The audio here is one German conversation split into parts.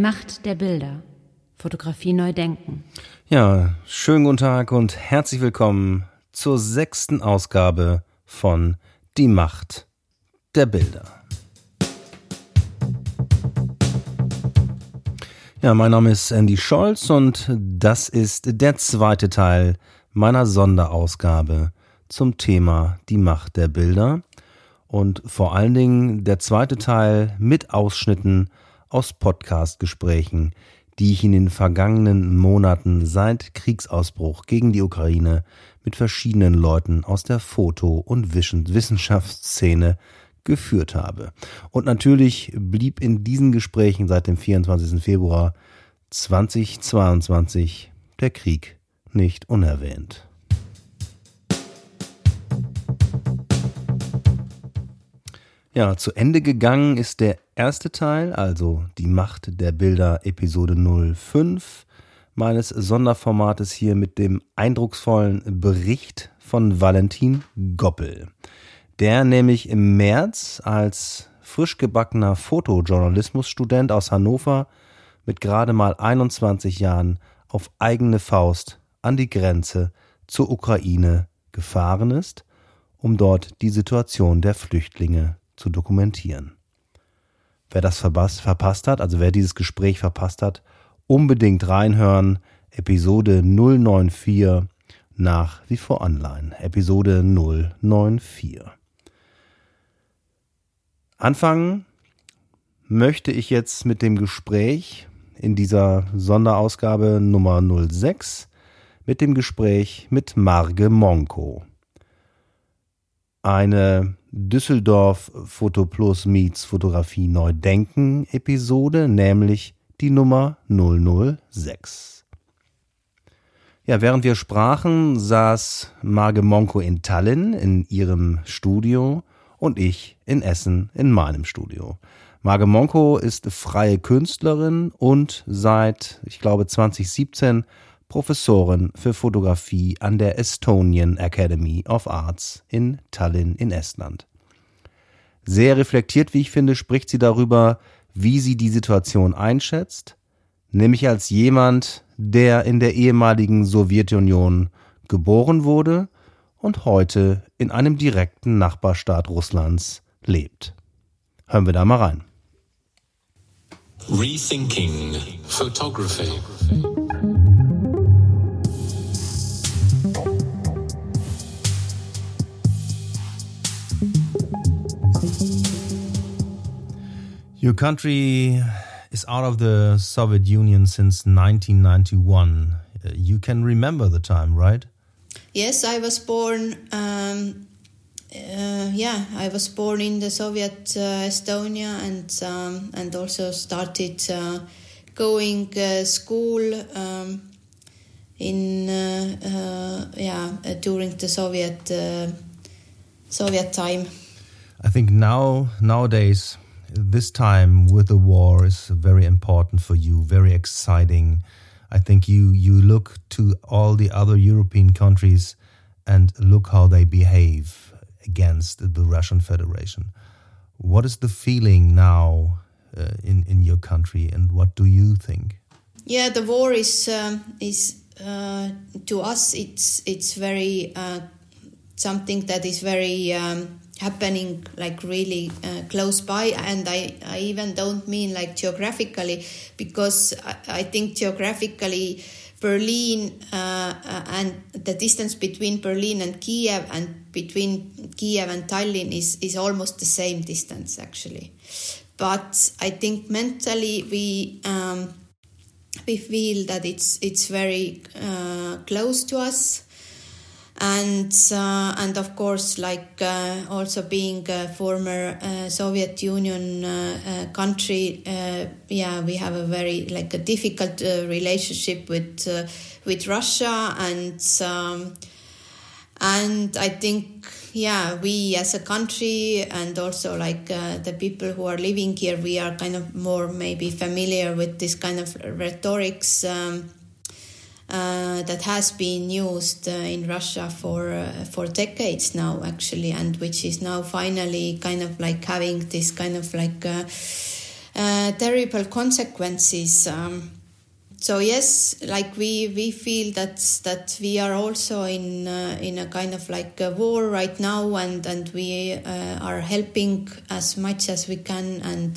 Macht der Bilder. Fotografie neu denken. Ja, schönen guten Tag und herzlich willkommen zur 6. Ausgabe von Die Macht der Bilder. Ja, mein Name ist Andy Scholz und das ist der zweite Teil meiner Sonderausgabe zum Thema Die Macht der Bilder und vor allen Dingen der zweite Teil mit Ausschnitten aus Podcast-Gesprächen, die ich in den vergangenen Monaten seit Kriegsausbruch gegen die Ukraine mit verschiedenen Leuten aus der Foto- und Wissenschaftsszene geführt habe. Und natürlich blieb in diesen Gesprächen seit dem 24. Februar 2022 der Krieg nicht unerwähnt. Ja, zu Ende gegangen ist der erste Teil, also die Macht der Bilder Episode 05 meines Sonderformates hier mit dem eindrucksvollen Bericht von Valentin Goppel, der nämlich im März als frisch gebackener Fotojournalismusstudent aus Hannover mit gerade mal 21 Jahren auf eigene Faust an die Grenze zur Ukraine gefahren ist, um dort die Situation der Flüchtlinge zu dokumentieren. Wer das verpasst hat, also wer dieses Gespräch verpasst hat, unbedingt reinhören. Episode 094 nach wie vor online. Episode 094. Anfangen möchte ich jetzt mit dem Gespräch in dieser Sonderausgabe Nummer 06 mit dem Gespräch mit Marge Monko. Eine Düsseldorf Foto Plus meets Fotografie neu denken Episode, nämlich die Nummer 006. Ja, während wir sprachen, saß Marge Monko in Tallinn in ihrem Studio und ich in Essen in meinem Studio. Marge Monko ist freie Künstlerin und seit, ich glaube, 2017 Professorin für Fotografie an der Estonian Academy of Arts in Tallinn in Estland. Sehr reflektiert, wie ich finde, spricht sie darüber, wie sie die Situation einschätzt, nämlich als jemand, der in der ehemaligen Sowjetunion geboren wurde und heute in einem direkten Nachbarstaat Russlands lebt. Hören wir da mal rein. Rethinking Photography. Your country is out of the Soviet Union since 1991. You can remember the time, right? Yes, I was born. I was born in the Soviet Estonia, and also started going school during the Soviet time. I think nowadays. This time with the war is very important for you, very exciting. I think you look to all the other European countries and look how they behave against the Russian Federation. What is the feeling now in your country, and what do you think? Yeah, the war is to us it's very something that is very happening like really close by, and I even don't mean like geographically, because I think geographically Berlin and the distance between Berlin and Kiev and between Kiev and Tallinn is almost the same distance actually. But I think mentally we feel that it's very close to us. And of course, like also being a former Soviet Union country, we have a very like a difficult relationship with Russia, and I think we as a country and also like the people who are living here, we are kind of more maybe familiar with this kind of rhetorics. That has been used in Russia for decades now, actually, and which is now finally kind of like having this kind of like terrible consequences. So yes, like we feel that we are also in a kind of like a war right now, and we are helping as much as we can,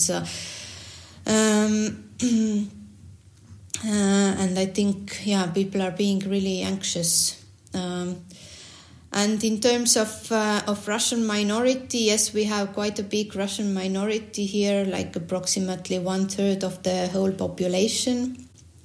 and I think people are being really anxious. And in terms of Russian minority, yes, we have quite a big Russian minority here, like approximately 1/3 of the whole population.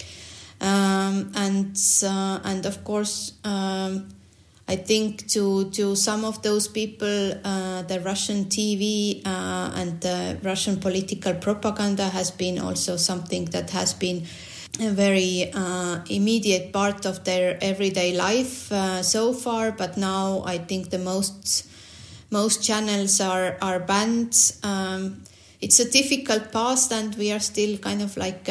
And of course, I think to some of those people, the Russian TV and the Russian political propaganda has been also something that has been a very immediate part of their everyday life so far. But now I think the most channels are banned. It's a difficult past, and we are still kind of like.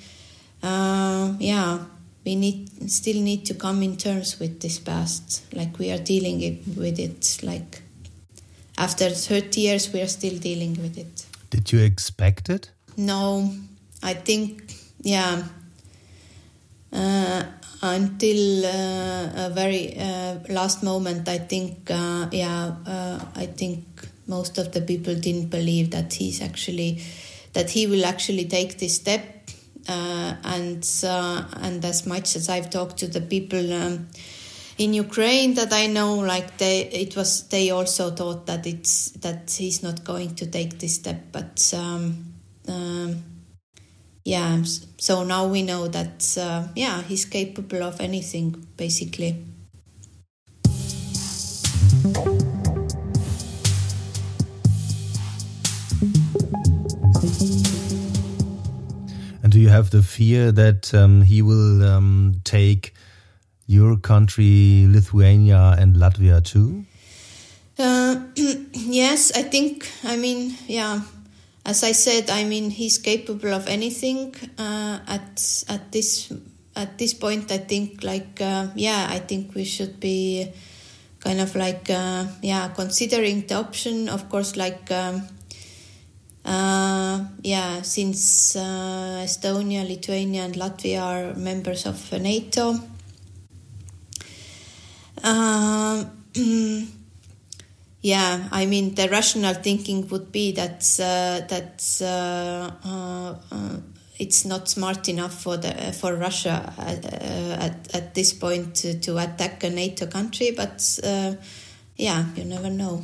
We still need to come in terms with this past. Like we are dealing with it. Like after 30 years, we are still dealing with it. Did you expect it? No, I think until a very last moment, I think I think most of the people didn't believe that he will actually take this step. And as much as I've talked to the people in Ukraine that I know, like they also thought that he's not going to take this step. But so now we know that he's capable of anything, basically. Do you have the fear that he will take your country, Lithuania and Latvia too? Yes, I think, as I said, he's capable of anything at this point. I think I think we should be kind of like considering the option, of course, since Estonia, Lithuania and Latvia are members of NATO. The rational thinking would be that it's not smart enough for Russia at this point to attack a NATO country, but you never know.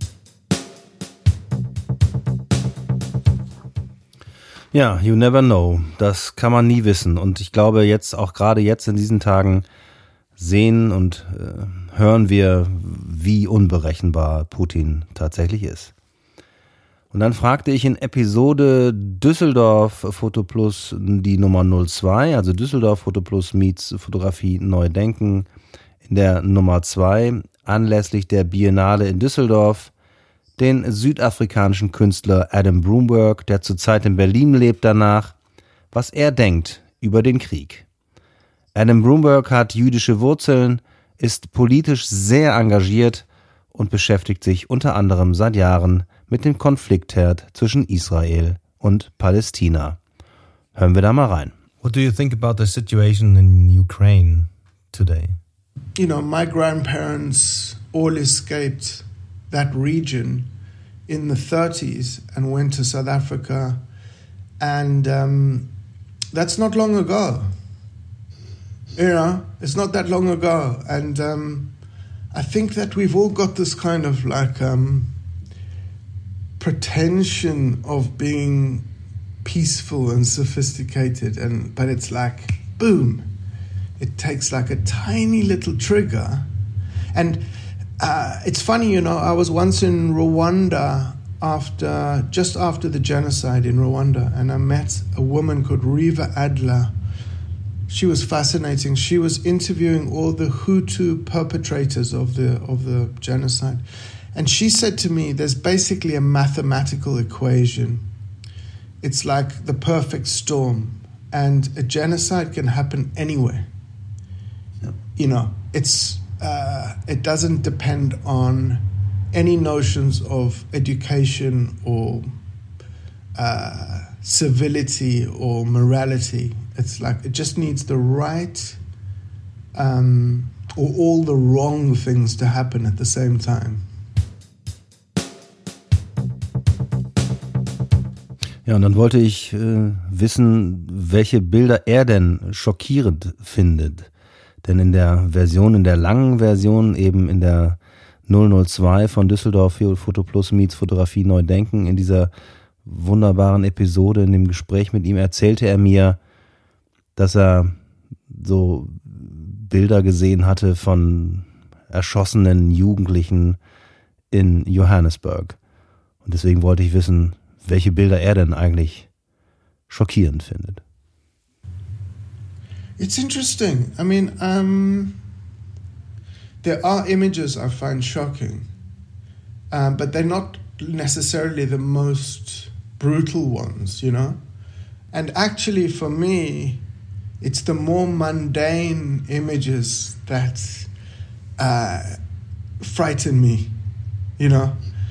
Ja, you never know. Das kann man nie wissen. Und ich glaube gerade jetzt in diesen Tagen sehen und hören wir, wie unberechenbar Putin tatsächlich ist. Und dann fragte ich in Episode Düsseldorf Fotoplus die Nummer 02, also Düsseldorf Fotoplus meets Fotografie neu denken, in der Nummer 2 anlässlich der Biennale in Düsseldorf, den südafrikanischen Künstler Adam Broomberg, der zurzeit in Berlin lebt, danach, was er denkt über den Krieg. Adam Broomberg hat jüdische Wurzeln, ist politisch sehr engagiert und beschäftigt sich unter anderem seit Jahren mit dem Konfliktherd zwischen Israel und Palästina. Hören wir da mal rein. What do you think about the situation in Ukraine today? You know, my grandparents all escaped that region in the 30s and went to South Africa, and that's not long ago. You know, it's not that long ago, and I think that we've all got this kind of like pretension of being peaceful and sophisticated, but it's like boom, it takes like a tiny little trigger. And it's funny, you know, I was once in Rwanda just after the genocide in Rwanda, and I met a woman called Riva Adler. She was fascinating. She was interviewing all the Hutu perpetrators of the genocide, and she said to me, "There's basically a mathematical equation. It's like the perfect storm, and a genocide can happen anywhere. You know, it doesn't depend on any notions of education or civility or morality. It's like it just needs the right or all the wrong things to happen at the same time. Ja, und dann wollte ich wissen, welche Bilder er denn schockierend findet. Denn in der langen Version, eben in der 002 von Düsseldorf Foto Plus meets Fotografie neu denken, in dieser wunderbaren Episode, in dem Gespräch mit ihm, erzählte er mir, dass er so Bilder gesehen hatte von erschossenen Jugendlichen in Johannesburg. Und deswegen wollte ich wissen, welche Bilder er denn eigentlich schockierend findet. It's interesting. I mean, there are images I find shocking, but they're not necessarily the most brutal ones, you know? And actually, for me, it's the more mundane images that frighten me, you know?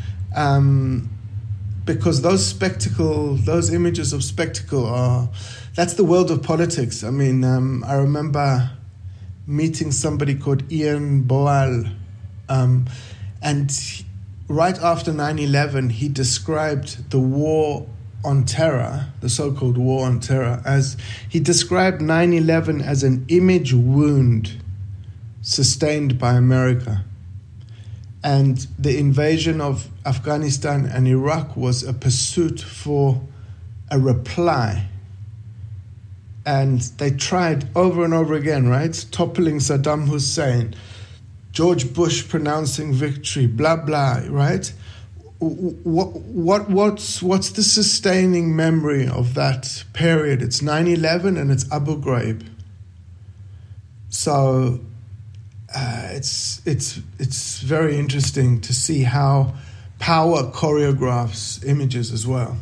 Because those images of spectacle that's the world of politics. I mean, I remember meeting somebody called Ian Boal, and right after 9/11, he described the war on terror, the so-called war on terror, he described 9/11 as an image wound sustained by America. And the invasion of Afghanistan and Iraq was a pursuit for a reply. And they tried over and over again, right? Toppling Saddam Hussein, George Bush pronouncing victory, blah, blah, right? What's the sustaining memory of that period? It's 9/11 and it's Abu Ghraib. So it's very interesting to see how power choreographs images as well.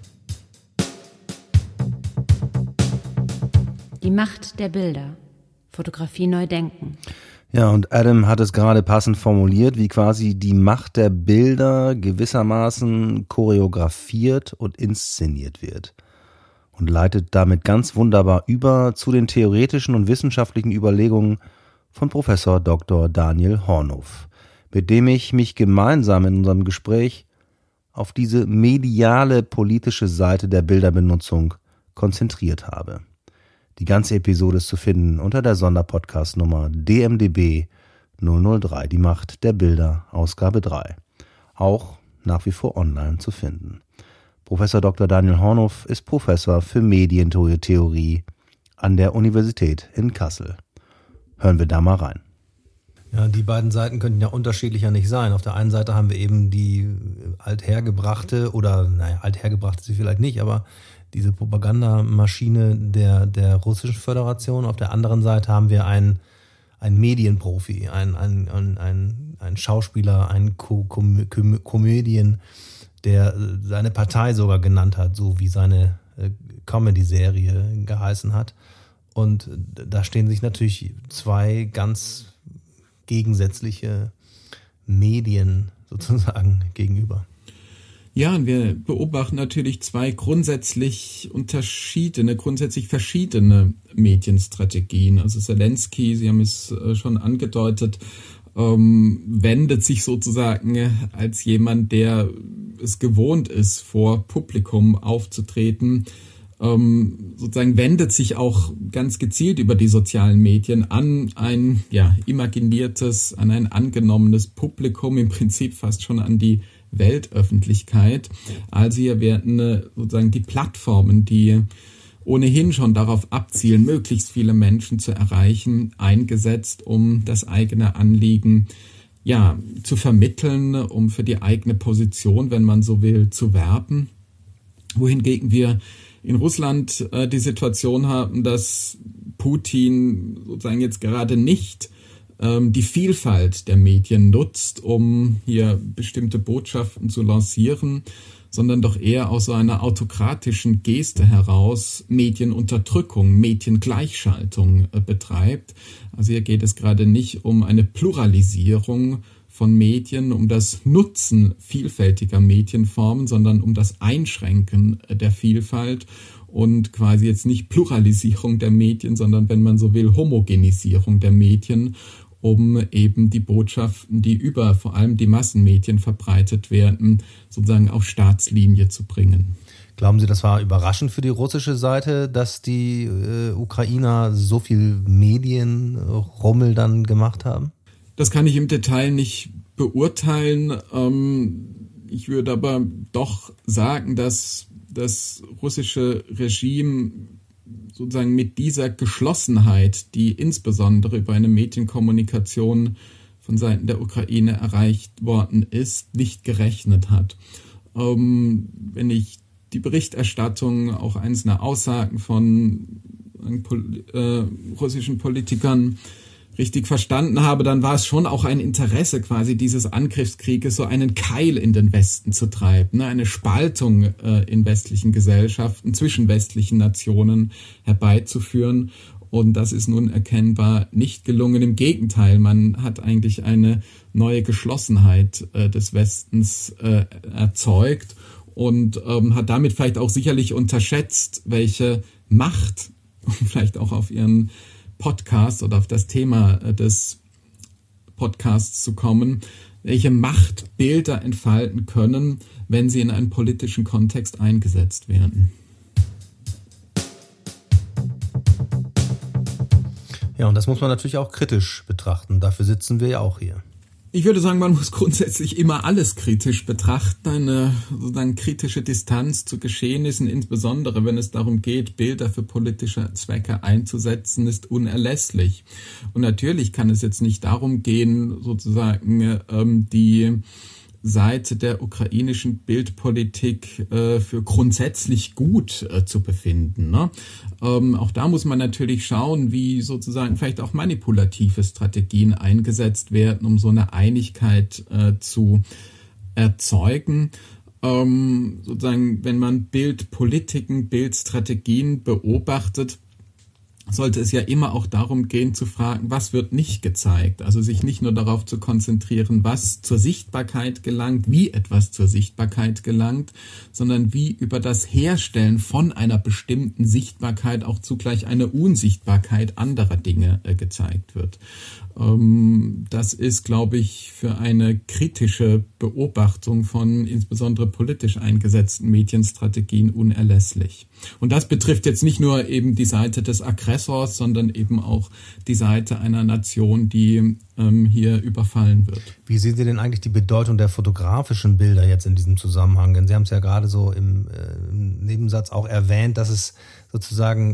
Die Macht der Bilder. Fotografie neu denken. Ja, und Adam hat es gerade passend formuliert, wie quasi die Macht der Bilder gewissermaßen choreografiert und inszeniert wird. Und leitet damit ganz wunderbar über zu den theoretischen und wissenschaftlichen Überlegungen von Professor Dr. Daniel Hornhof, mit dem ich mich gemeinsam in unserem Gespräch auf diese mediale politische Seite der Bilderbenutzung konzentriert habe. Die ganze Episode ist zu finden unter der Sonderpodcast-Nummer DMDB 003, die Macht der Bilder, Ausgabe 3. Auch nach wie vor online zu finden. Professor Dr. Daniel Hornhof ist Professor für Medientheorie an der Universität in Kassel. Hören wir da mal rein. Ja, die beiden Seiten könnten ja unterschiedlicher nicht sein. Auf der einen Seite haben wir eben die althergebrachte, althergebracht ist sie vielleicht nicht, aber diese Propagandamaschine der Russischen Föderation. Auf der anderen Seite haben wir einen Medienprofi, einen Schauspieler, einen Comedian, der seine Partei sogar genannt hat, so wie seine Comedy-Serie geheißen hat. Und da stehen sich natürlich zwei ganz gegensätzliche Medien sozusagen gegenüber. Ja, und wir beobachten natürlich zwei grundsätzlich verschiedene Medienstrategien. Also Zelensky, Sie haben es schon angedeutet, wendet sich sozusagen als jemand, der es gewohnt ist, vor Publikum aufzutreten, sozusagen wendet sich auch ganz gezielt über die sozialen Medien an ein imaginiertes, an ein angenommenes Publikum, im Prinzip fast schon an die Weltöffentlichkeit. Also hier werden sozusagen die Plattformen, die ohnehin schon darauf abzielen, möglichst viele Menschen zu erreichen, eingesetzt, um das eigene Anliegen zu vermitteln, um für die eigene Position, wenn man so will, zu werben. Wohingegen wir in Russland die Situation haben, dass Putin sozusagen jetzt gerade nicht die Vielfalt der Medien nutzt, um hier bestimmte Botschaften zu lancieren, sondern doch eher aus so einer autokratischen Geste heraus Medienunterdrückung, Mediengleichschaltung betreibt. Also hier geht es gerade nicht um eine Pluralisierung von Medien, um das Nutzen vielfältiger Medienformen, sondern um das Einschränken der Vielfalt und quasi jetzt nicht Pluralisierung der Medien, sondern, wenn man so will, Homogenisierung der Medien, um eben die Botschaften, die über vor allem die Massenmedien verbreitet werden, sozusagen auf Staatslinie zu bringen. Glauben Sie, das war überraschend für die russische Seite, dass die Ukrainer so viel Medienrummel dann gemacht haben? Das kann ich im Detail nicht beurteilen. Ich würde aber doch sagen, dass das russische Regime sozusagen mit dieser Geschlossenheit, die insbesondere über eine Medienkommunikation von Seiten der Ukraine erreicht worden ist, nicht gerechnet hat. Wenn ich die Berichterstattung, auch einzelne Aussagen von russischen Politikern richtig verstanden habe, dann war es schon auch ein Interesse quasi dieses Angriffskrieges, so einen Keil in den Westen zu treiben, eine Spaltung in westlichen Gesellschaften, zwischen westlichen Nationen herbeizuführen. Und das ist nun erkennbar nicht gelungen. Im Gegenteil, man hat eigentlich eine neue Geschlossenheit des Westens erzeugt und hat damit vielleicht auch sicherlich unterschätzt, welche Macht, vielleicht auch auf ihren Podcast oder auf das Thema des Podcasts zu kommen, welche Macht Bilder entfalten können, wenn sie in einen politischen Kontext eingesetzt werden. Ja, und das muss man natürlich auch kritisch betrachten. Dafür sitzen wir ja auch hier. Ich würde sagen, man muss grundsätzlich immer alles kritisch betrachten. Eine sozusagen kritische Distanz zu Geschehnissen, insbesondere wenn es darum geht, Bilder für politische Zwecke einzusetzen, ist unerlässlich. Und natürlich kann es jetzt nicht darum gehen, sozusagen die Seite der ukrainischen Bildpolitik für grundsätzlich gut zu befinden. Ne? Auch da muss man natürlich schauen, wie sozusagen vielleicht auch manipulative Strategien eingesetzt werden, um so eine Einigkeit zu erzeugen. Sozusagen, wenn man Bildpolitiken, Bildstrategien beobachtet, sollte es ja immer auch darum gehen zu fragen, was wird nicht gezeigt? Also sich nicht nur darauf zu konzentrieren, was zur Sichtbarkeit gelangt, wie etwas zur Sichtbarkeit gelangt, sondern wie über das Herstellen von einer bestimmten Sichtbarkeit auch zugleich eine Unsichtbarkeit anderer Dinge gezeigt wird. Das ist, glaube ich, für eine kritische Beobachtung von insbesondere politisch eingesetzten Medienstrategien unerlässlich. Und das betrifft jetzt nicht nur eben die Seite des Aggressors, sondern eben auch die Seite einer Nation, die hier überfallen wird. Wie sehen Sie denn eigentlich die Bedeutung der fotografischen Bilder jetzt in diesem Zusammenhang? Denn Sie haben es ja gerade so im Nebensatz auch erwähnt, dass es sozusagen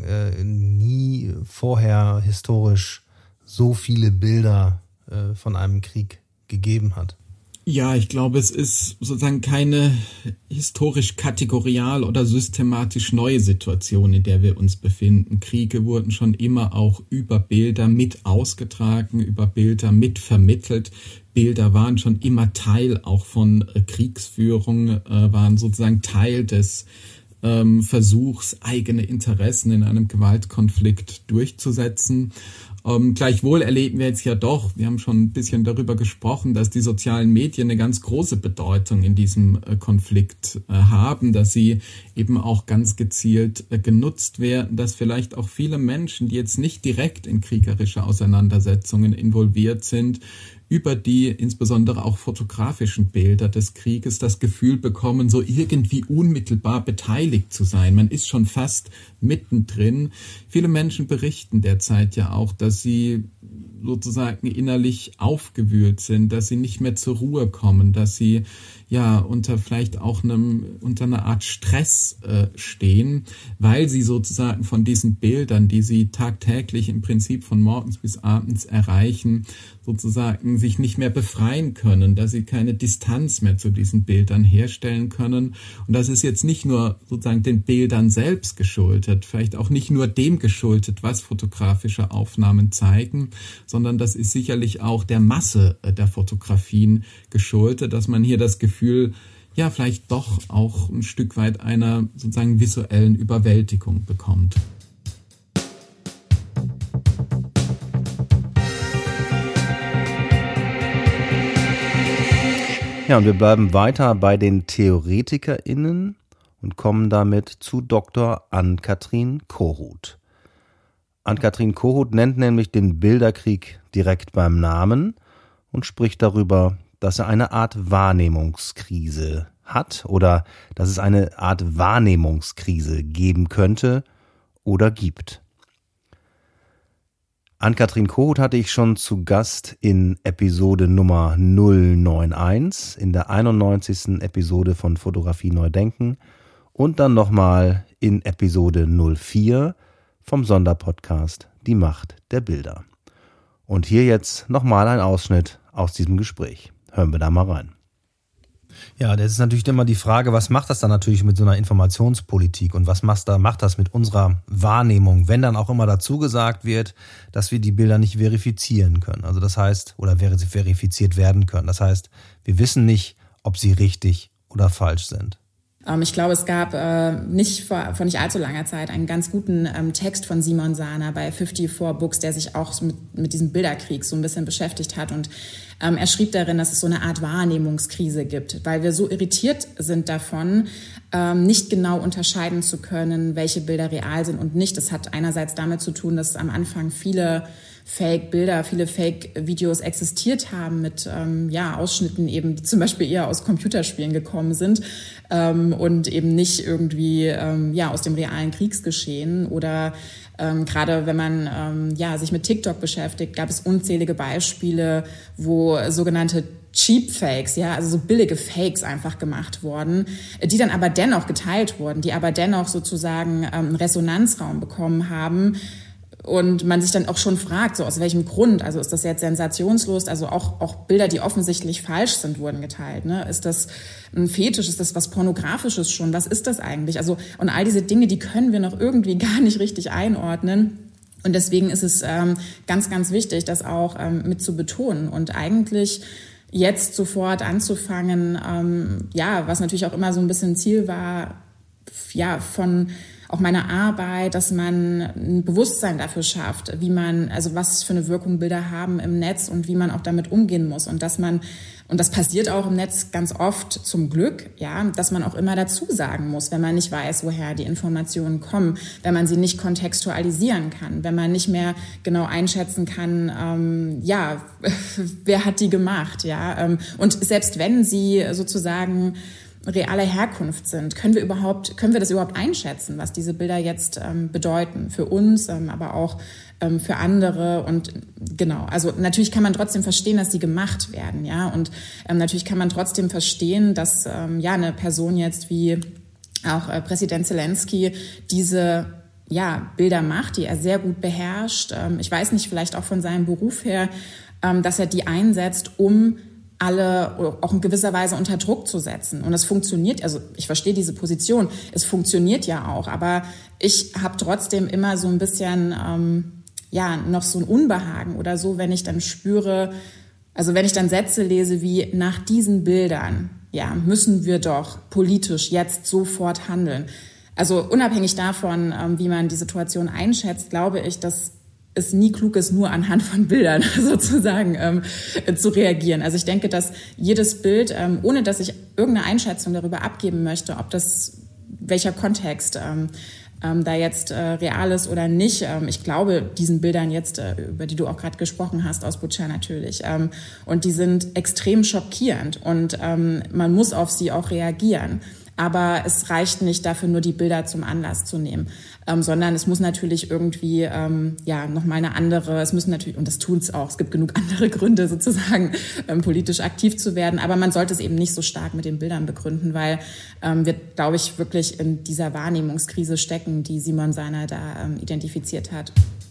nie vorher historisch so viele Bilder von einem Krieg gegeben hat. Ja, ich glaube, es ist sozusagen keine historisch kategorial oder systematisch neue Situation, in der wir uns befinden. Kriege wurden schon immer auch über Bilder mit ausgetragen, über Bilder mit vermittelt. Bilder waren schon immer Teil auch von Kriegsführung, waren sozusagen Teil des Versuchs, eigene Interessen in einem Gewaltkonflikt durchzusetzen. Gleichwohl erleben wir jetzt ja doch, wir haben schon ein bisschen darüber gesprochen, dass die sozialen Medien eine ganz große Bedeutung in diesem Konflikt haben, dass sie eben auch ganz gezielt genutzt werden, dass vielleicht auch viele Menschen, die jetzt nicht direkt in kriegerische Auseinandersetzungen involviert sind, über die insbesondere auch fotografischen Bilder des Krieges das Gefühl bekommen, so irgendwie unmittelbar beteiligt zu sein. Man ist schon fast mittendrin. Viele Menschen berichten derzeit ja auch, dass sie sozusagen innerlich aufgewühlt sind, dass sie nicht mehr zur Ruhe kommen, dass sie ja unter vielleicht auch unter einer Art Stress stehen, weil sie sozusagen von diesen Bildern, die sie tagtäglich im Prinzip von morgens bis abends erreichen, sozusagen sich nicht mehr befreien können, dass sie keine Distanz mehr zu diesen Bildern herstellen können. Und das ist jetzt nicht nur sozusagen den Bildern selbst geschuldet, vielleicht auch nicht nur dem geschuldet, was fotografische Aufnahmen zeigen, sondern das ist sicherlich auch der Masse der Fotografien geschuldet, dass man hier das Gefühl, ja, vielleicht doch auch ein Stück weit einer sozusagen visuellen Überwältigung bekommt. Ja, und wir bleiben weiter bei den TheoretikerInnen und kommen damit zu Dr. Ann-Kathrin Kohut. Ann-Kathrin Kohut nennt nämlich den Bilderkrieg direkt beim Namen und spricht darüber, dass er eine Art Wahrnehmungskrise hat oder dass es eine Art Wahrnehmungskrise geben könnte oder gibt. Ann-Kathrin Kohut hatte ich schon zu Gast in Episode Nummer 091, in der 91. Episode von Fotografie neu denken und dann nochmal in Episode 04 vom Sonderpodcast Die Macht der Bilder. Und hier jetzt nochmal ein Ausschnitt aus diesem Gespräch. Hören wir da mal rein. Ja, das ist natürlich immer die Frage, was macht das dann natürlich mit so einer Informationspolitik und was macht das mit unserer Wahrnehmung, wenn dann auch immer dazu gesagt wird, dass wir die Bilder nicht verifizieren können. Also das heißt, oder verifiziert werden können. Das heißt, wir wissen nicht, ob sie richtig oder falsch sind. Ich glaube, es gab vor nicht allzu langer Zeit einen ganz guten Text von Simon Sana bei 54 Books, der sich auch mit diesem Bilderkrieg so ein bisschen beschäftigt hat. Und er schrieb darin, dass es so eine Art Wahrnehmungskrise gibt, weil wir so irritiert sind davon, nicht genau unterscheiden zu können, welche Bilder real sind und nicht. Das hat einerseits damit zu tun, dass am Anfang viele Fake-Bilder, viele Fake-Videos existiert haben mit Ausschnitten eben, die zum Beispiel eher aus Computerspielen gekommen sind und eben nicht irgendwie aus dem realen Kriegsgeschehen. Oder gerade wenn man sich mit TikTok beschäftigt, gab es unzählige Beispiele, wo sogenannte Cheap Fakes, also so billige Fakes einfach gemacht wurden, die dann aber dennoch geteilt wurden, die aber dennoch sozusagen einen Resonanzraum bekommen haben. Und man sich dann auch schon fragt, so aus welchem Grund, also ist das jetzt sensationslos, also auch Bilder, die offensichtlich falsch sind, wurden geteilt, ne? Ist das ein Fetisch, ist das was Pornografisches schon, was ist das eigentlich? Also, und all diese Dinge, die können wir noch irgendwie gar nicht richtig einordnen. Und deswegen ist es ganz, ganz wichtig, das auch mit zu betonen und eigentlich jetzt sofort anzufangen, was natürlich auch immer so ein bisschen Ziel war, von auch meine Arbeit, dass man ein Bewusstsein dafür schafft, was für eine Wirkung Bilder haben im Netz und wie man auch damit umgehen muss und und das passiert auch im Netz ganz oft zum Glück, dass man auch immer dazu sagen muss, wenn man nicht weiß, woher die Informationen kommen, wenn man sie nicht kontextualisieren kann, wenn man nicht mehr genau einschätzen kann, wer hat die gemacht, und selbst wenn sie sozusagen reale Herkunft sind, können wir das überhaupt einschätzen, was diese Bilder jetzt bedeuten für uns, aber auch für andere und genau. Also natürlich kann man trotzdem verstehen, dass sie gemacht werden, und natürlich kann man trotzdem verstehen, dass eine Person jetzt wie auch Präsident Zelensky diese Bilder macht, die er sehr gut beherrscht. Ich weiß nicht, vielleicht auch von seinem Beruf her, dass er die einsetzt, um alle auch in gewisser Weise unter Druck zu setzen. Und es funktioniert, also ich verstehe diese Position, es funktioniert ja auch, aber ich habe trotzdem immer so ein bisschen, noch so ein Unbehagen oder so, wenn ich dann spüre, also wenn ich dann Sätze lese wie, nach diesen Bildern, müssen wir doch politisch jetzt sofort handeln. Also unabhängig davon, wie man die Situation einschätzt, glaube ich, dass es nie klug ist, nur anhand von Bildern sozusagen zu reagieren. Also ich denke, dass jedes Bild, ohne dass ich irgendeine Einschätzung darüber abgeben möchte, welcher Kontext da jetzt real ist oder nicht. Ich glaube diesen Bildern jetzt, über die du auch gerade gesprochen hast, aus Butscha natürlich. Und die sind extrem schockierend und man muss auf sie auch reagieren. Aber es reicht nicht dafür, nur die Bilder zum Anlass zu nehmen, sondern es muss natürlich irgendwie nochmal eine andere, es müssen natürlich, und das tun es auch, es gibt genug andere Gründe sozusagen, politisch aktiv zu werden, aber man sollte es eben nicht so stark mit den Bildern begründen, weil wir, glaube ich, wirklich in dieser Wahrnehmungskrise stecken, die Simon Sana da identifiziert hat.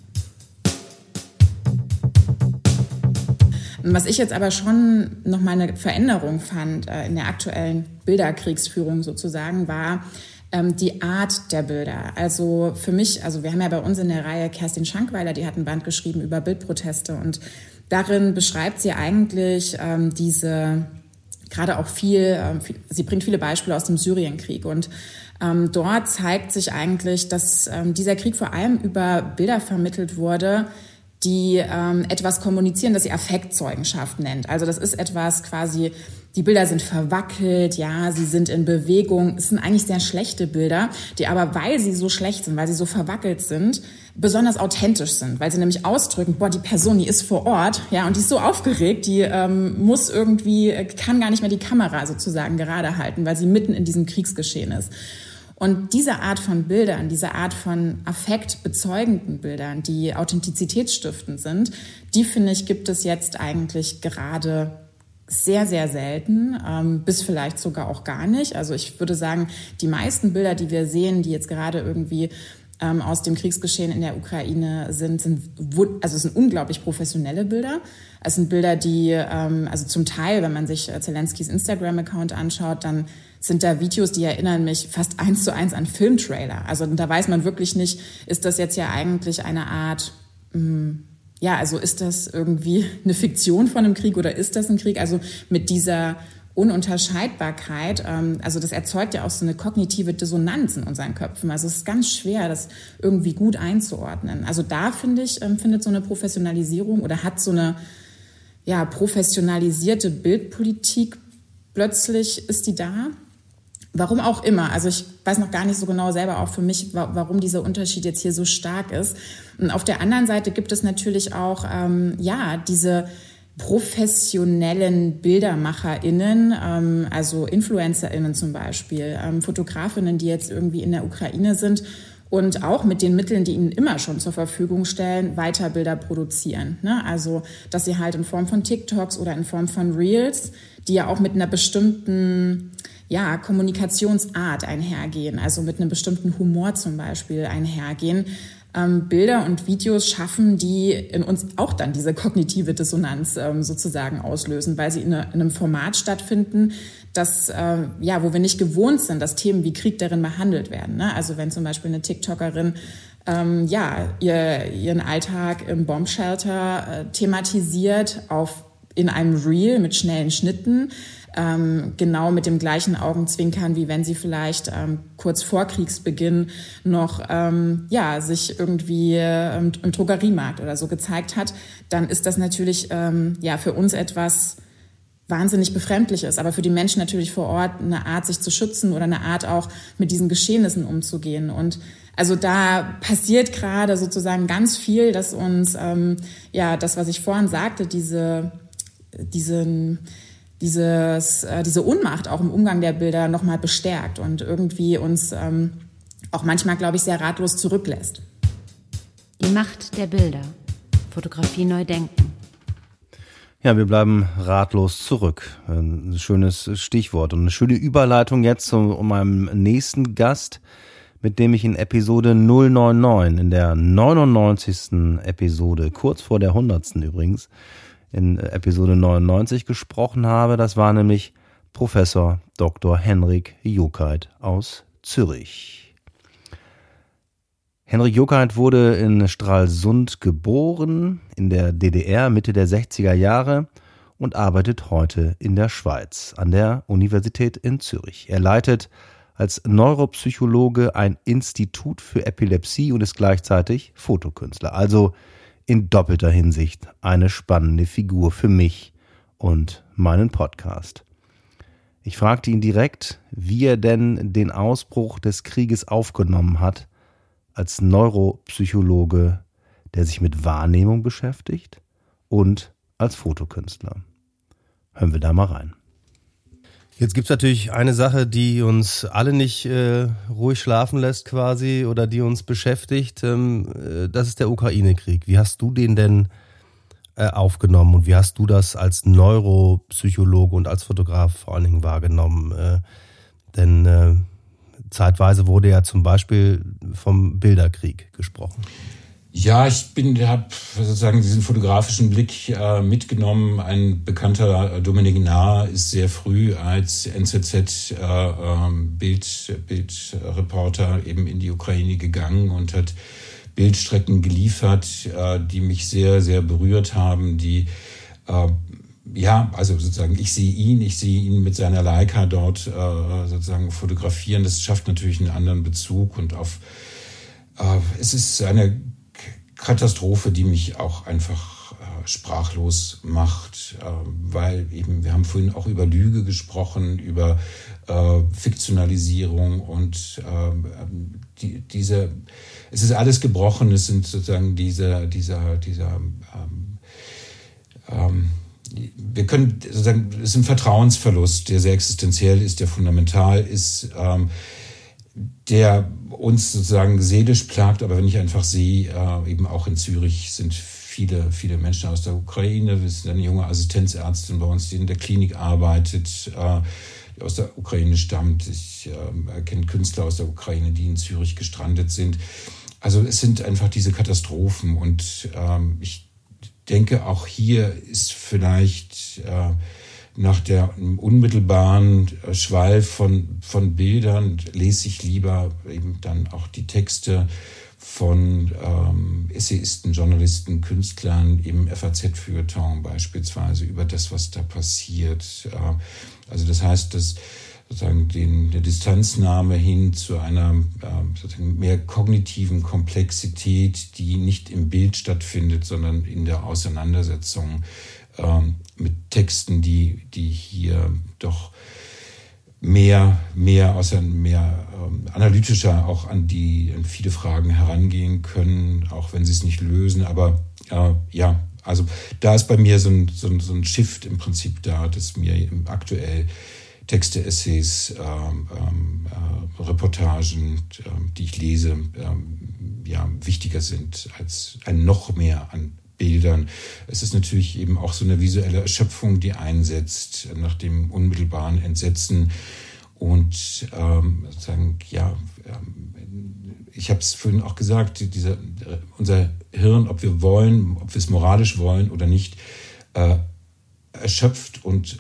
Was ich jetzt aber schon nochmal eine Veränderung fand in der aktuellen Bilderkriegsführung sozusagen, war die Art der Bilder. Also für mich, wir haben ja bei uns in der Reihe Kerstin Schankweiler, die hat ein Band geschrieben über Bildproteste und darin beschreibt sie eigentlich gerade auch sie bringt viele Beispiele aus dem Syrienkrieg und dort zeigt sich eigentlich, dass dieser Krieg vor allem über Bilder vermittelt wurde, die etwas kommunizieren, das sie Affektzeugenschaft nennt. Also das ist etwas quasi, die Bilder sind verwackelt, ja, sie sind in Bewegung. Es sind eigentlich sehr schlechte Bilder, die aber, weil sie so schlecht sind, weil sie so verwackelt sind, besonders authentisch sind, weil sie nämlich ausdrücken, boah, die Person, die ist vor Ort, ja, und die ist so aufgeregt, die kann gar nicht mehr die Kamera sozusagen gerade halten, weil sie mitten in diesem Kriegsgeschehen ist. Und diese Art von Bildern, diese Art von affektbezeugenden Bildern, die authentizitätsstiftend sind, die, finde ich, gibt es jetzt eigentlich gerade sehr, sehr selten, bis vielleicht sogar auch gar nicht. Also ich würde sagen, die meisten Bilder, die wir sehen, die jetzt gerade irgendwie aus dem Kriegsgeschehen in der Ukraine sind unglaublich professionelle Bilder. Es sind Bilder, die, also zum Teil, wenn man sich Zelenskys Instagram-Account anschaut, dann sind da Videos, die erinnern mich fast 1:1 an Filmtrailer. Also da weiß man wirklich nicht, ist das jetzt ja eigentlich eine Art, also ist das irgendwie eine Fiktion von einem Krieg oder ist das ein Krieg? Also mit dieser Ununterscheidbarkeit, also das erzeugt ja auch so eine kognitive Dissonanz in unseren Köpfen. Also es ist ganz schwer, das irgendwie gut einzuordnen. Also da, finde ich, findet so eine Professionalisierung oder hat so eine professionalisierte Bildpolitik plötzlich, ist die da. Warum auch immer. Also ich weiß noch gar nicht so genau selber auch für mich, warum dieser Unterschied jetzt hier so stark ist. Und auf der anderen Seite gibt es natürlich auch, diese professionellen BildermacherInnen, also InfluencerInnen zum Beispiel, FotografInnen, die jetzt irgendwie in der Ukraine sind und auch mit den Mitteln, die ihnen immer schon zur Verfügung stellen, weiter Bilder produzieren. Ne? Also, dass sie halt in Form von TikToks oder in Form von Reels, die ja auch mit einer bestimmten Kommunikationsart einhergehen, also mit einem bestimmten Humor zum Beispiel einhergehen, Bilder und Videos schaffen, die in uns auch dann diese kognitive Dissonanz sozusagen auslösen, weil sie in einem Format stattfinden, das, wo wir nicht gewohnt sind, dass Themen wie Krieg darin behandelt werden. Ne? Also wenn zum Beispiel eine TikTokerin ihren Alltag im Bombshelter thematisiert in einem Reel mit schnellen Schnitten, genau mit dem gleichen Augenzwinkern, wie wenn sie vielleicht kurz vor Kriegsbeginn noch sich irgendwie im Drogeriemarkt oder so gezeigt hat, dann ist das natürlich für uns etwas wahnsinnig Befremdliches, aber für die Menschen natürlich vor Ort eine Art, sich zu schützen oder eine Art auch mit diesen Geschehnissen umzugehen. Und also da passiert gerade sozusagen ganz viel, dass uns das, was ich vorhin sagte, diese Ohnmacht auch im Umgang der Bilder nochmal bestärkt und irgendwie uns auch manchmal, glaube ich, sehr ratlos zurücklässt. Die Macht der Bilder. Fotografie neu denken. Ja, wir bleiben ratlos zurück. Ein schönes Stichwort und eine schöne Überleitung jetzt zu meinem nächsten Gast, mit dem ich in Episode 099, in der 99. Episode, kurz vor der 100. übrigens, in Episode 99 gesprochen habe. Das war nämlich Professor Dr. Henrik Jokait aus Zürich. Henrik Jokait wurde in Stralsund geboren, in der DDR Mitte der 60er Jahre und arbeitet heute in der Schweiz an der Universität in Zürich. Er leitet als Neuropsychologe ein Institut für Epilepsie und ist gleichzeitig Fotokünstler. Also in doppelter Hinsicht eine spannende Figur für mich und meinen Podcast. Ich fragte ihn direkt, wie er denn den Ausbruch des Krieges aufgenommen hat, als Neuropsychologe, der sich mit Wahrnehmung beschäftigt und als Fotokünstler. Hören wir da mal rein. Jetzt gibt's natürlich eine Sache, die uns alle nicht ruhig schlafen lässt quasi oder die uns beschäftigt. Das ist der Ukraine-Krieg. Wie hast du den denn aufgenommen und wie hast du das als Neuropsychologe und als Fotograf vor allen Dingen wahrgenommen? Denn zeitweise wurde ja zum Beispiel vom Bilderkrieg gesprochen. Ja, ich habe sozusagen diesen fotografischen Blick mitgenommen. Ein bekannter Dominik Nahr ist sehr früh als NZZ Bildreporter eben in die Ukraine gegangen und hat Bildstrecken geliefert, die mich sehr, sehr berührt haben, die also sozusagen ich sehe ihn mit seiner Leica dort sozusagen fotografieren. Das schafft natürlich einen anderen Bezug und es ist eine Katastrophe, die mich auch einfach sprachlos macht, weil eben, wir haben vorhin auch über Lüge gesprochen, über Fiktionalisierung und es ist alles gebrochen, es sind sozusagen wir können sozusagen, es ist ein Vertrauensverlust, der sehr existenziell ist, der fundamental ist, der uns sozusagen seelisch plagt, aber wenn ich einfach sehe, eben auch in Zürich sind viele Menschen aus der Ukraine, wir sind eine junge Assistenzärztin bei uns, die in der Klinik arbeitet, die aus der Ukraine stammt. Ich kenne Künstler aus der Ukraine, die in Zürich gestrandet sind. Also es sind einfach diese Katastrophen und ich denke, auch hier ist vielleicht nach der unmittelbaren Schwall von Bildern lese ich lieber eben dann auch die Texte von Essayisten, Journalisten, Künstlern, im FAZ-Feuilleton beispielsweise über das, was da passiert. Also das heißt, dass sozusagen der Distanznahme hin zu einer sozusagen mehr kognitiven Komplexität, die nicht im Bild stattfindet, sondern in der Auseinandersetzung mit Texten, die hier doch mehr analytischer auch an viele Fragen herangehen können, auch wenn sie es nicht lösen. Aber also da ist bei mir so ein Shift im Prinzip da, dass mir aktuell Texte, Essays, Reportagen, die ich lese, wichtiger sind als ein noch mehr an Bildern. Es ist natürlich eben auch so eine visuelle Erschöpfung, die einsetzt nach dem unmittelbaren Entsetzen. Und sozusagen, ich habe es vorhin auch gesagt, unser Hirn, ob wir es moralisch wollen oder nicht, erschöpft und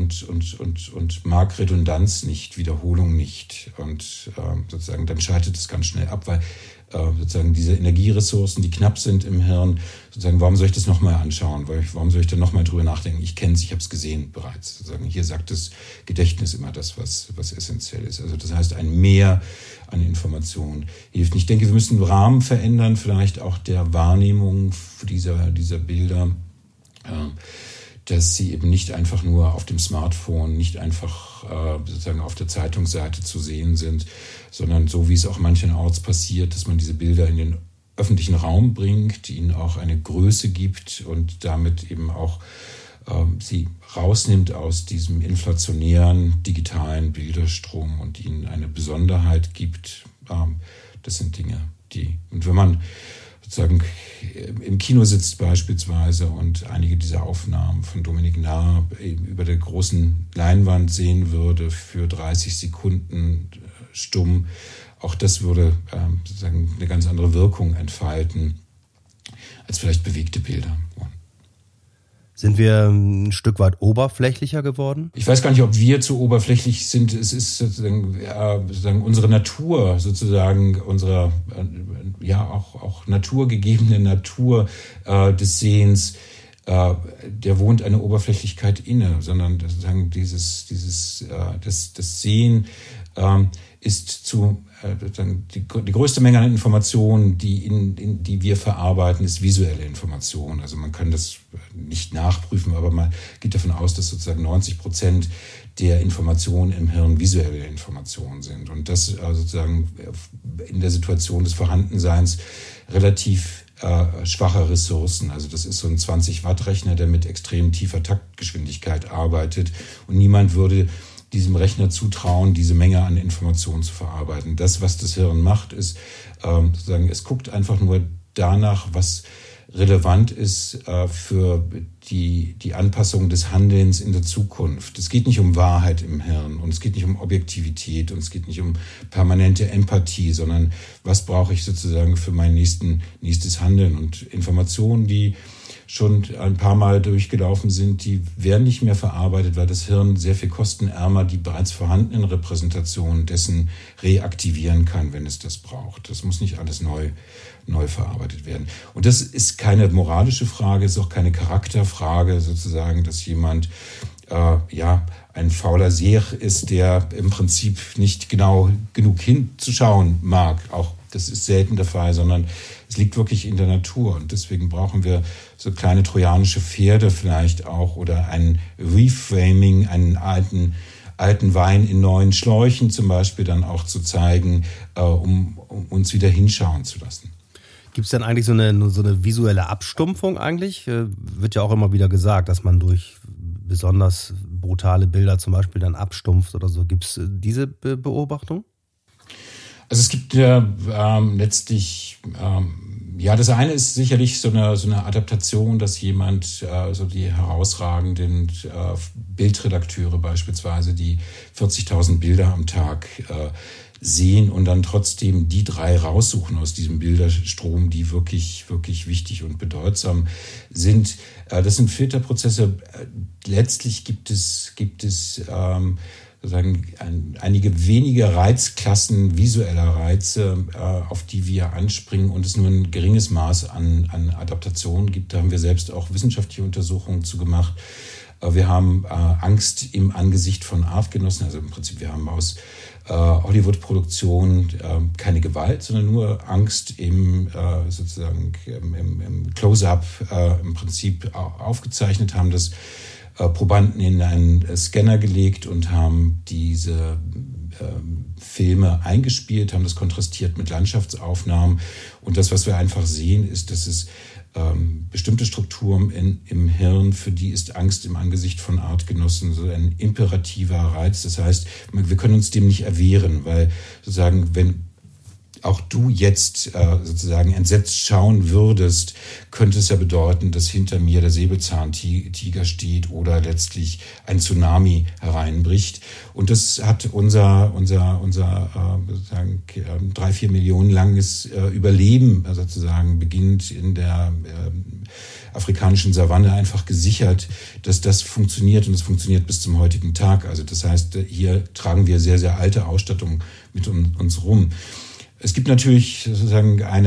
mag Redundanz nicht, Wiederholung nicht. Und sozusagen dann schaltet es ganz schnell ab, weil sozusagen diese Energieressourcen, die knapp sind im Hirn, sozusagen, warum soll ich das nochmal anschauen? Warum soll ich da nochmal drüber nachdenken? Ich kenne es, ich habe es gesehen bereits. Sozusagen, hier sagt das Gedächtnis immer das, was essentiell ist. Also das heißt, ein Mehr an Informationen hilft. Ich denke, wir müssen den Rahmen verändern, vielleicht auch der Wahrnehmung dieser Bilder, dass sie eben nicht einfach nur auf dem Smartphone, nicht einfach sozusagen auf der Zeitungsseite zu sehen sind, sondern so wie es auch mancherorts passiert, dass man diese Bilder in den öffentlichen Raum bringt, ihnen auch eine Größe gibt und damit eben auch sie rausnimmt aus diesem inflationären digitalen Bilderstrom und ihnen eine Besonderheit gibt. Das sind Dinge, und wenn man sozusagen im Kino sitzt beispielsweise und einige dieser Aufnahmen von Dominik Nahr über der großen Leinwand sehen würde für 30 Sekunden stumm, auch das würde sozusagen eine ganz andere Wirkung entfalten als vielleicht bewegte Bilder. Sind wir ein Stück weit oberflächlicher geworden? Ich weiß gar nicht, ob wir zu oberflächlich sind. Es ist sozusagen unsere Natur, sozusagen unsere auch naturgegebene Natur des Sehens, der wohnt eine Oberflächlichkeit inne, sondern sozusagen das Sehen ist die größte Menge an Informationen, die wir verarbeiten, ist visuelle Information. Also man kann das nicht nachprüfen, aber man geht davon aus, dass sozusagen 90% der Informationen im Hirn visuelle Informationen sind. Und das sozusagen in der Situation des Vorhandenseins relativ schwache Ressourcen. Also das ist so ein 20-Watt-Rechner, der mit extrem tiefer Taktgeschwindigkeit arbeitet. Und niemand würde diesem Rechner zutrauen, diese Menge an Informationen zu verarbeiten. Das, was das Hirn macht, ist sozusagen, es guckt einfach nur danach, was relevant ist für die Anpassung des Handelns in der Zukunft. Es geht nicht um Wahrheit im Hirn und es geht nicht um Objektivität und es geht nicht um permanente Empathie, sondern was brauche ich sozusagen für mein nächstes Handeln. Und Informationen, die schon ein paar Mal durchgelaufen sind, die werden nicht mehr verarbeitet, weil das Hirn sehr viel kostenärmer die bereits vorhandenen Repräsentationen dessen reaktivieren kann, wenn es das braucht. Das muss nicht alles neu verarbeitet werden. Und das ist keine moralische Frage, ist auch keine Charakterfrage sozusagen, dass jemand ein fauler Seher ist, der im Prinzip nicht genau genug hinzuschauen mag. Auch Das ist selten der Fall, sondern es liegt wirklich in der Natur. Und deswegen brauchen wir so kleine trojanische Pferde vielleicht auch oder ein Reframing, einen alten Wein in neuen Schläuchen zum Beispiel dann auch zu zeigen, um uns wieder hinschauen zu lassen. Gibt es denn eigentlich so eine visuelle Abstumpfung eigentlich? Wird ja auch immer wieder gesagt, dass man durch besonders brutale Bilder zum Beispiel dann abstumpft oder so. Gibt es diese Beobachtung? Also es gibt letztlich, das eine ist sicherlich so eine Adaptation, dass jemand so die herausragenden Bildredakteure beispielsweise, die 40.000 Bilder am Tag sehen und dann trotzdem die 3 raussuchen aus diesem Bilderstrom, die wirklich, wirklich wichtig und bedeutsam sind. Das sind Filterprozesse. Letztlich gibt es sozusagen einige wenige Reizklassen visueller Reize, auf die wir anspringen und es nur ein geringes Maß an Adaptation gibt. Da haben wir selbst auch wissenschaftliche Untersuchungen zu gemacht. Wir haben Angst im Angesicht von Artgenossen. Also im Prinzip, wir haben aus Hollywood-Produktion keine Gewalt, sondern nur Angst im Close-up im Prinzip aufgezeichnet, haben das Probanden in einen Scanner gelegt und haben diese Filme eingespielt, haben das kontrastiert mit Landschaftsaufnahmen. Und das, was wir einfach sehen, ist, dass es bestimmte Strukturen im Hirn, für die ist Angst im Angesicht von Artgenossen so ein imperativer Reiz. Das heißt, wir können uns dem nicht erwehren, weil sozusagen, wenn auch du jetzt sozusagen entsetzt schauen würdest, könnte es ja bedeuten, dass hinter mir der Säbelzahntiger steht oder letztlich ein Tsunami hereinbricht. Und das hat unser sozusagen 3-4 Millionen langes Überleben sozusagen beginnt in der afrikanischen Savanne einfach gesichert, dass das funktioniert und es funktioniert bis zum heutigen Tag. Also das heißt, hier tragen wir sehr, sehr alte Ausstattung mit uns rum. Es gibt natürlich sozusagen ein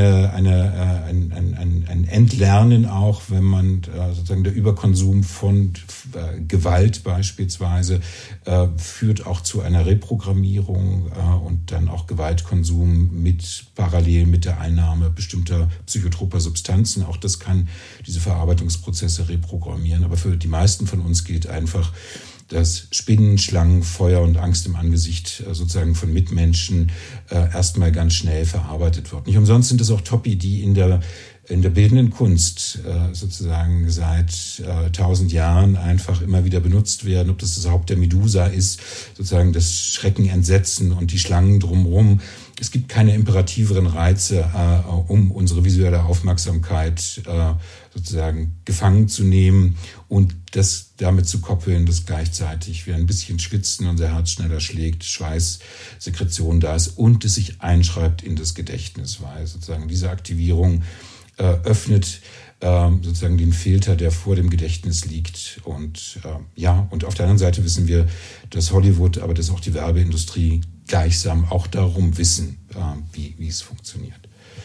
Entlernen auch, wenn man sozusagen der Überkonsum von Gewalt beispielsweise führt auch zu einer Reprogrammierung und dann auch Gewaltkonsum parallel mit der Einnahme bestimmter psychotroper Substanzen. Auch das kann diese Verarbeitungsprozesse reprogrammieren. Aber für die meisten von uns gilt einfach, dass Spinnen, Schlangen, Feuer und Angst im Angesicht sozusagen von Mitmenschen erstmal ganz schnell verarbeitet wird. Nicht umsonst sind es auch Topi, die in der bildenden Kunst sozusagen seit 1000 Jahren einfach immer wieder benutzt werden. Ob das Haupt der Medusa ist, sozusagen das Schrecken, Entsetzen und die Schlangen drumherum. Es gibt keine imperativeren Reize, um unsere visuelle Aufmerksamkeit sozusagen gefangen zu nehmen und das damit zu koppeln, dass gleichzeitig wir ein bisschen schwitzen, unser Herz schneller schlägt, Schweißsekretion da ist und es sich einschreibt in das Gedächtnis, weil sozusagen diese Aktivierung öffnet sozusagen den Filter, der vor dem Gedächtnis liegt. Und und auf der anderen Seite wissen wir, dass Hollywood, aber dass auch die Werbeindustrie gleichsam auch darum wissen, wie es funktioniert.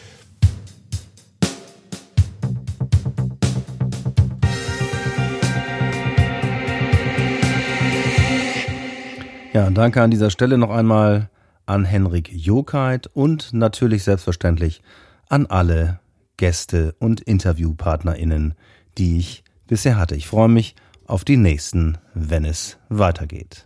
Ja, danke an dieser Stelle noch einmal an Henrik Jokait und natürlich selbstverständlich an alle Gäste und InterviewpartnerInnen, die ich bisher hatte. Ich freue mich auf die nächsten, wenn es weitergeht.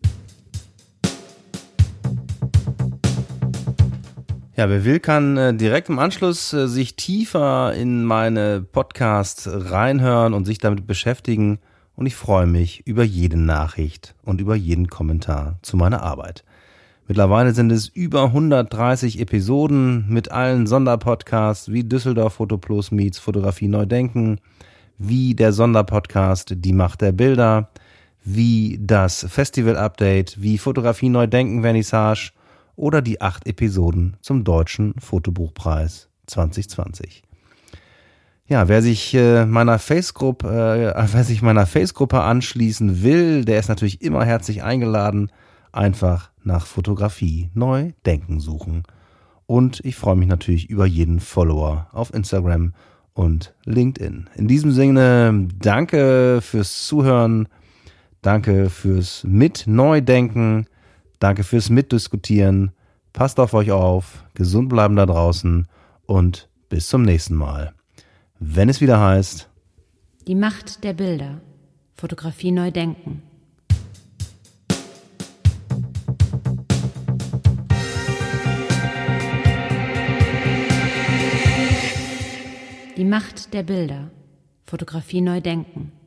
Ja, wer will, kann direkt im Anschluss sich tiefer in meine Podcasts reinhören und sich damit beschäftigen. Und ich freue mich über jede Nachricht und über jeden Kommentar zu meiner Arbeit. Mittlerweile sind es über 130 Episoden mit allen Sonderpodcasts wie Düsseldorf Foto Plus meets Fotografie neu denken, wie der Sonderpodcast Die Macht der Bilder, wie das Festival-Update, wie Fotografie neu denken Vernissage oder die 8 Episoden zum Deutschen Fotobuchpreis 2020. Ja, wer sich meiner Face-Gruppe anschließen will, der ist natürlich immer herzlich eingeladen. Einfach nach Fotografie neu denken suchen. Und ich freue mich natürlich über jeden Follower auf Instagram und LinkedIn. In diesem Sinne, danke fürs Zuhören, danke fürs Mit-Neu-Denken, danke fürs Mitdiskutieren Passt auf euch auf, gesund bleiben da draußen und bis zum nächsten Mal. Wenn es wieder heißt: Die Macht der Bilder. Fotografie neu denken. Die Macht der Bilder. Fotografie neu denken.